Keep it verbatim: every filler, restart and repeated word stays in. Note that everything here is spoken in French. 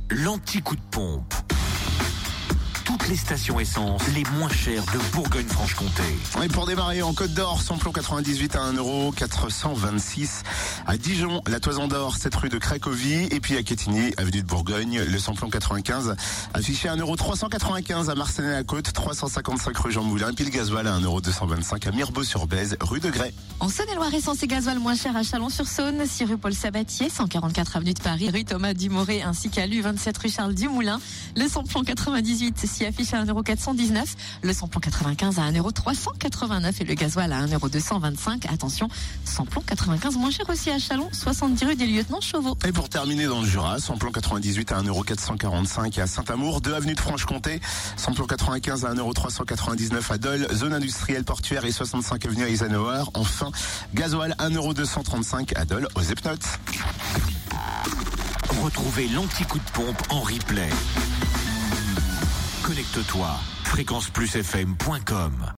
l'anti-coup de pompe. Toutes les stations essence les moins chères de Bourgogne-Franche-Comté. Et pour démarrer en Côte d'Or, samplon quatre-vingt-dix-huit à un euro quatre cent vingt-six. À Dijon, la Toison d'Or, sept rue de Cracovie. Et puis à Quetigny, avenue de Bourgogne, le samplon quatre-vingt-quinze affiché à un euro trois cent quatre-vingt-quinze à Marcenay-la-Côte, trois cent cinquante-cinq rue Jean Moulin. Et puis le gasoil à un euro deux cent vingt-cinq à Mirebeau-sur-Bèze, rue de Grès. En Saône-et-Loire, essence et gasoil moins cher à Chalon-sur-Saône, six rue Paul Sabatier, cent quarante-quatre avenue de Paris, rue Thomas Dumoré ainsi qu'à l'U vingt-sept rue Charles Dumoulin. Le samplon quatre-vingt-dix-huit s'y affiche à un euro quatre cent dix-neuf, le samplon quatre-vingt-quinze à un euro trois cent quatre-vingt-neuf et le gasoil à un euro deux cent vingt-cinq. Attention, samplon quatre-vingt-quinze moins cher aussi à Chalon, soixante-dix rue des Lieutenants Chauveau. Et pour terminer dans le Jura, samplon quatre-vingt-dix-huit à un euro quatre cent quarante-cinq à Saint-Amour, deux avenue de Franche-Comté, samplon quatre-vingt-quinze à un euro trois cent quatre-vingt-dix-neuf à Dole, zone industrielle portuaire et soixante-cinq avenue Eisenhower. Enfin, gasoil un euro deux cent trente-cinq à Dole aux Epnotes. Retrouvez l'anti-coup de pompe en replay. Connecte-toi, fréquence plus f m point com.